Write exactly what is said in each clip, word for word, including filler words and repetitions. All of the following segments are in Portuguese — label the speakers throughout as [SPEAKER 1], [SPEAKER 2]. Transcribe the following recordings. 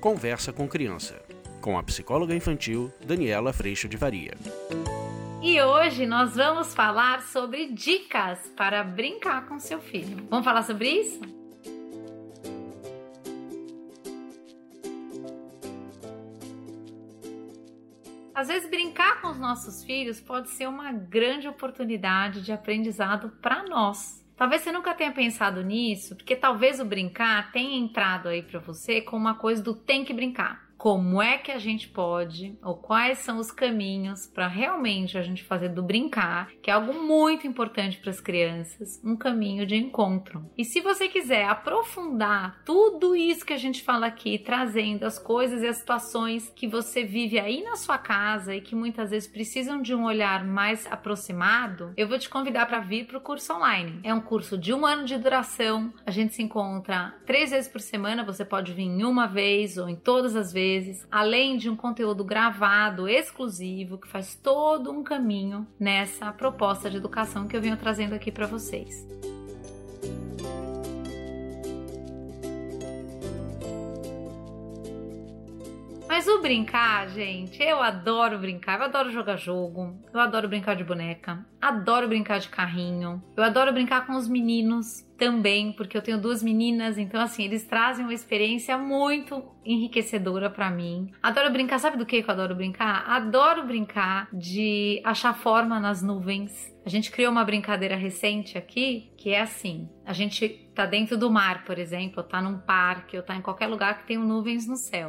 [SPEAKER 1] Conversa com Criança, com a psicóloga infantil Daniela Freixo de Varia.
[SPEAKER 2] E hoje nós vamos falar sobre dicas para brincar com seu filho. Vamos falar sobre isso? Às vezes brincar com os nossos filhos pode ser uma grande oportunidade de aprendizado para nós. Talvez você nunca tenha pensado nisso, porque talvez o brincar tenha entrado aí para você com uma coisa do tem que brincar. Como é que a gente pode, ou quais são os caminhos para realmente a gente fazer do brincar, que é algo muito importante para as crianças, um caminho de encontro. E se você quiser aprofundar tudo isso que a gente fala aqui, trazendo as coisas e as situações que você vive aí na sua casa e que muitas vezes precisam de um olhar mais aproximado, eu vou te convidar para vir para o curso online. É um curso de um ano de duração, a gente se encontra três vezes por semana, você pode vir em uma vez ou em todas as vezes, além de um conteúdo gravado exclusivo que faz todo um caminho nessa proposta de educação que eu venho trazendo aqui para vocês. Mas o brincar, gente, eu adoro brincar, eu adoro jogar jogo, eu adoro brincar de boneca, adoro brincar de carrinho, eu adoro brincar com os meninos também, porque eu tenho duas meninas, então assim, eles trazem uma experiência muito enriquecedora pra mim. Adoro brincar, sabe do que eu adoro brincar? Adoro brincar de achar forma nas nuvens. A gente criou uma brincadeira recente aqui, que é assim, a gente tá dentro do mar, por exemplo, ou tá num parque, ou tá em qualquer lugar que tem nuvens no céu.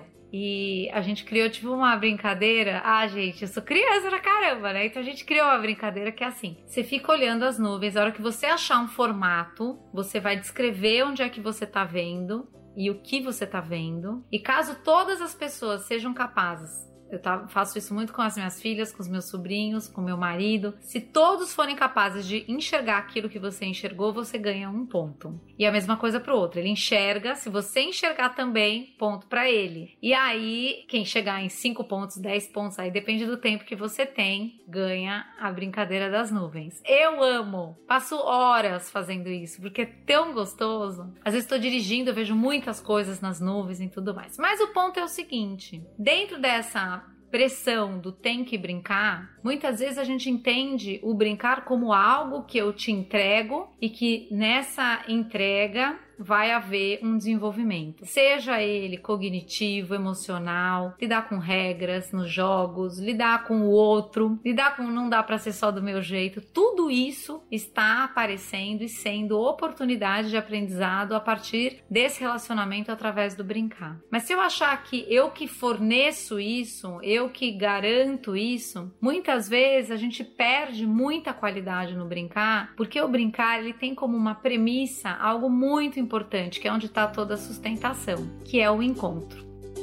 [SPEAKER 2] E a gente criou tipo uma brincadeira. Ah, gente, eu sou criança pra caramba, né? Então a gente criou uma brincadeira que é assim: você fica olhando as nuvens, a hora que você achar um formato, você vai descrever onde é que você tá vendo e o que você tá vendo. E caso todas as pessoas sejam capazes, eu faço isso muito com as minhas filhas, com os meus sobrinhos, com meu marido. Se todos forem capazes de enxergar aquilo que você enxergou, você ganha um ponto. E a mesma coisa pro outro. Ele enxerga, se você enxergar também, ponto pra ele. E aí, quem chegar em cinco pontos, dez pontos, aí depende do tempo que você tem, ganha a brincadeira das nuvens. Eu amo! Passo horas fazendo isso, porque é tão gostoso. Às vezes estou dirigindo, eu vejo muitas coisas nas nuvens e tudo mais. Mas o ponto é o seguinte, dentro dessa pressão do tem que brincar, muitas vezes a gente entende o brincar como algo que eu te entrego e que nessa entrega vai haver um desenvolvimento, seja ele cognitivo, emocional, lidar com regras nos jogos, lidar com o outro, lidar com não dá para ser só do meu jeito. Tudo isso está aparecendo e sendo oportunidade de aprendizado a partir desse relacionamento através do brincar. Mas se eu achar que eu que forneço isso, eu que garanto isso, muitas vezes a gente perde muita qualidade no brincar, porque o brincar ele tem como uma premissa algo muito importante, que é onde está toda a sustentação, que é o encontro.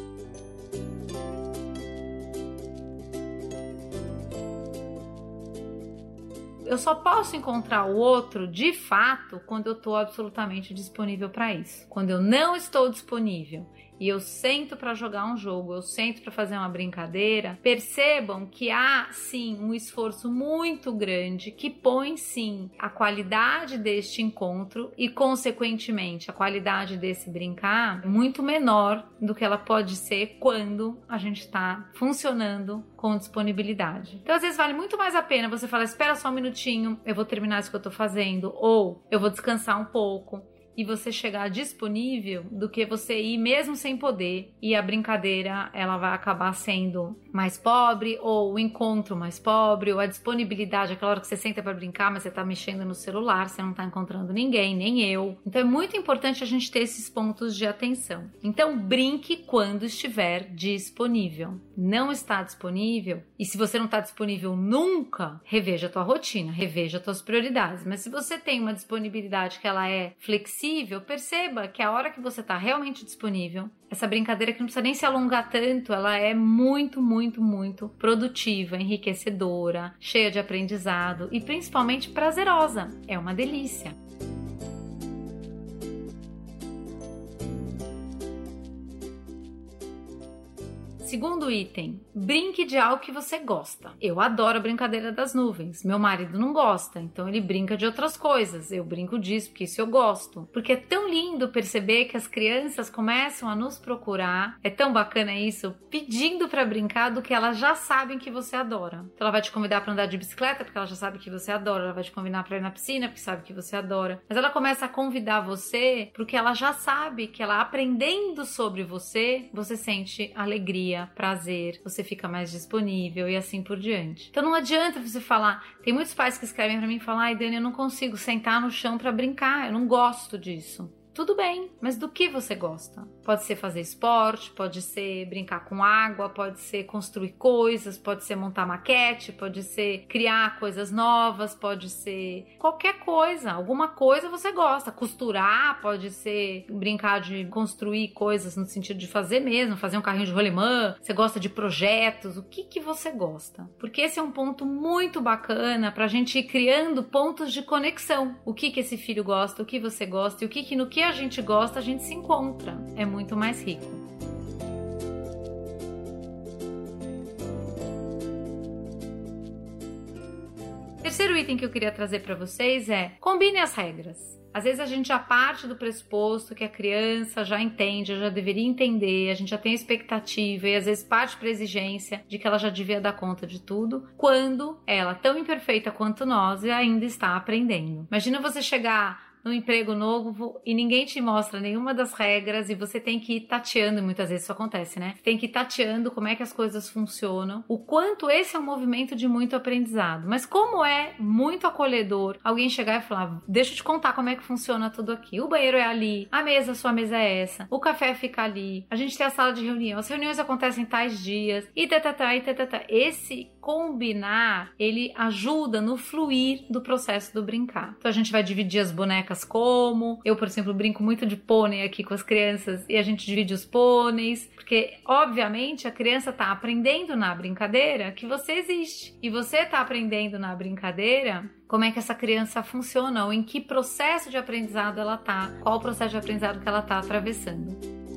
[SPEAKER 2] Eu só posso encontrar o outro de fato quando eu estou absolutamente disponível para isso. Quando eu não estou disponível e eu sento para jogar um jogo, eu sento para fazer uma brincadeira, percebam que há sim um esforço muito grande que põe sim a qualidade deste encontro e consequentemente a qualidade desse brincar muito menor do que ela pode ser quando a gente está funcionando com disponibilidade. Então às vezes vale muito mais a pena você falar: espera só um minutinho, eu vou terminar isso que eu tô fazendo, ou eu vou descansar um pouco, e você chegar disponível, do que você ir mesmo sem poder e a brincadeira ela vai acabar sendo mais pobre, ou o encontro mais pobre, ou a disponibilidade, aquela hora que você senta para brincar, mas você tá mexendo no celular, você não tá encontrando ninguém, nem eu. Então é muito importante a gente ter esses pontos de atenção. Então brinque quando estiver disponível. Não está disponível, e se você não está disponível nunca, reveja a tua rotina, reveja as tuas prioridades. Mas se você tem uma disponibilidade que ela é flexível, perceba que a hora que você está realmente disponível, essa brincadeira que não precisa nem se alongar tanto, ela é muito, muito, muito produtiva, enriquecedora, cheia de aprendizado e principalmente prazerosa. É uma delícia. Se Segundo item, brinque de algo que você gosta. Eu adoro a brincadeira das nuvens. Meu marido não gosta, então ele brinca de outras coisas. Eu brinco disso porque isso eu gosto. Porque é tão lindo perceber que as crianças começam a nos procurar. É tão bacana isso, pedindo pra brincar do que elas já sabem que você adora. Então ela vai te convidar pra andar de bicicleta porque ela já sabe que você adora. Ela vai te convidar pra ir na piscina porque sabe que você adora. Mas ela começa a convidar você porque ela já sabe que ela aprendendo sobre você, você sente alegria, prazer, você fica mais disponível e assim por diante. Então não adianta você falar, tem muitos pais que escrevem pra mim e falam, ai Dani, eu não consigo sentar no chão pra brincar, eu não gosto disso. Tudo bem, mas do que você gosta? Pode ser fazer esporte, pode ser brincar com água, pode ser construir coisas, pode ser montar maquete, pode ser criar coisas novas, pode ser qualquer coisa, alguma coisa você gosta. Costurar, pode ser brincar de construir coisas no sentido de fazer mesmo, fazer um carrinho de rolimã, você gosta de projetos, o que que você gosta? Porque esse é um ponto muito bacana pra gente ir criando pontos de conexão. O que que esse filho gosta, o que você gosta e o que que no que a gente gosta, a gente se encontra. É muito mais rico. Terceiro item que eu queria trazer para vocês é: combine as regras. Às vezes a gente já parte do pressuposto que a criança já entende, já deveria entender, a gente já tem expectativa e às vezes parte para a exigência de que ela já devia dar conta de tudo, quando ela, tão imperfeita quanto nós, ainda está aprendendo. Imagina você chegar no emprego novo e ninguém te mostra nenhuma das regras e você tem que ir tateando, muitas vezes isso acontece, né? Tem que ir tateando como é que as coisas funcionam, o quanto esse é um movimento de muito aprendizado. Mas como é muito acolhedor alguém chegar e falar, deixa eu te contar como é que funciona tudo aqui. O banheiro é ali, a mesa, sua mesa é essa, o café fica ali, a gente tem a sala de reunião, as reuniões acontecem em tais dias, e tatatá, e tatatá. Esse combinar, ele ajuda no fluir do processo do brincar. Então a gente vai dividir as bonecas como, eu, por exemplo, brinco muito de pônei aqui com as crianças e a gente divide os pôneis, porque obviamente a criança está aprendendo na brincadeira que você existe e você está aprendendo na brincadeira como é que essa criança funciona ou em que processo de aprendizado ela está, qual o processo de aprendizado que ela está atravessando.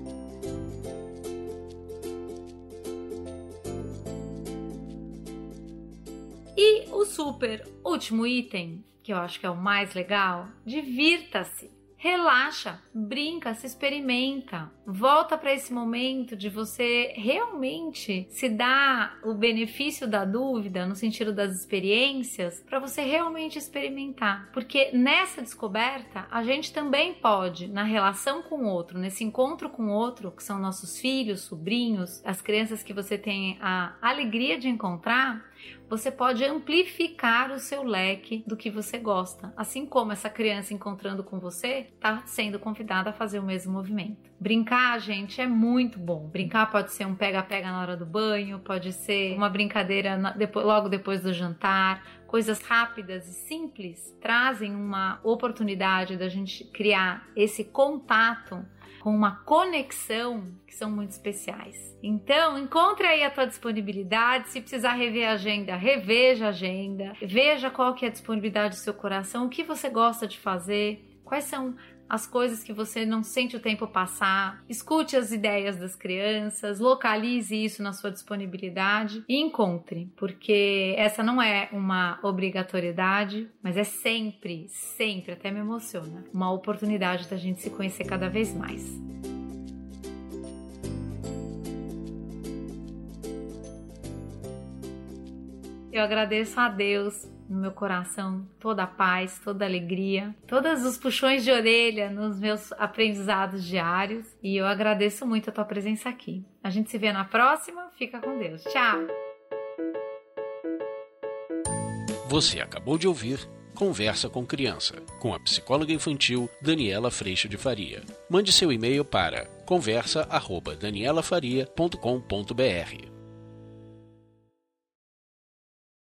[SPEAKER 2] E o super último item, que eu acho que é o mais legal, divirta-se, relaxa, brinca, se experimenta, volta para esse momento de você realmente se dar o benefício da dúvida, no sentido das experiências, para você realmente experimentar, porque nessa descoberta a gente também pode, na relação com o outro, nesse encontro com o outro, que são nossos filhos, sobrinhos, as crianças que você tem a alegria de encontrar, você pode amplificar o seu leque do que você gosta. Assim como essa criança encontrando com você, está sendo convidada a fazer o mesmo movimento. Brincar, gente, é muito bom. Brincar pode ser um pega-pega na hora do banho, pode ser uma brincadeira na, depois, logo depois do jantar. Coisas rápidas e simples trazem uma oportunidade da gente criar esse contato com uma conexão que são muito especiais. Então, encontre aí a tua disponibilidade. Se precisar rever a agenda, reveja a agenda. Veja qual que é a disponibilidade do seu coração, o que você gosta de fazer, quais são as coisas que você não sente o tempo passar. Escute as ideias das crianças, localize isso na sua disponibilidade e encontre, porque essa não é uma obrigatoriedade, mas é sempre, sempre, até me emociona, uma oportunidade da gente se conhecer cada vez mais. Eu agradeço a Deus no meu coração, toda a paz, toda a alegria, todos os puxões de orelha nos meus aprendizados diários, e eu agradeço muito a tua presença aqui. A gente se vê na próxima, fica com Deus. Tchau!
[SPEAKER 1] Você acabou de ouvir Conversa com Criança, com a psicóloga infantil Daniela Freixo de Faria. Mande seu e-mail para conversa arroba daniela faria ponto com ponto br.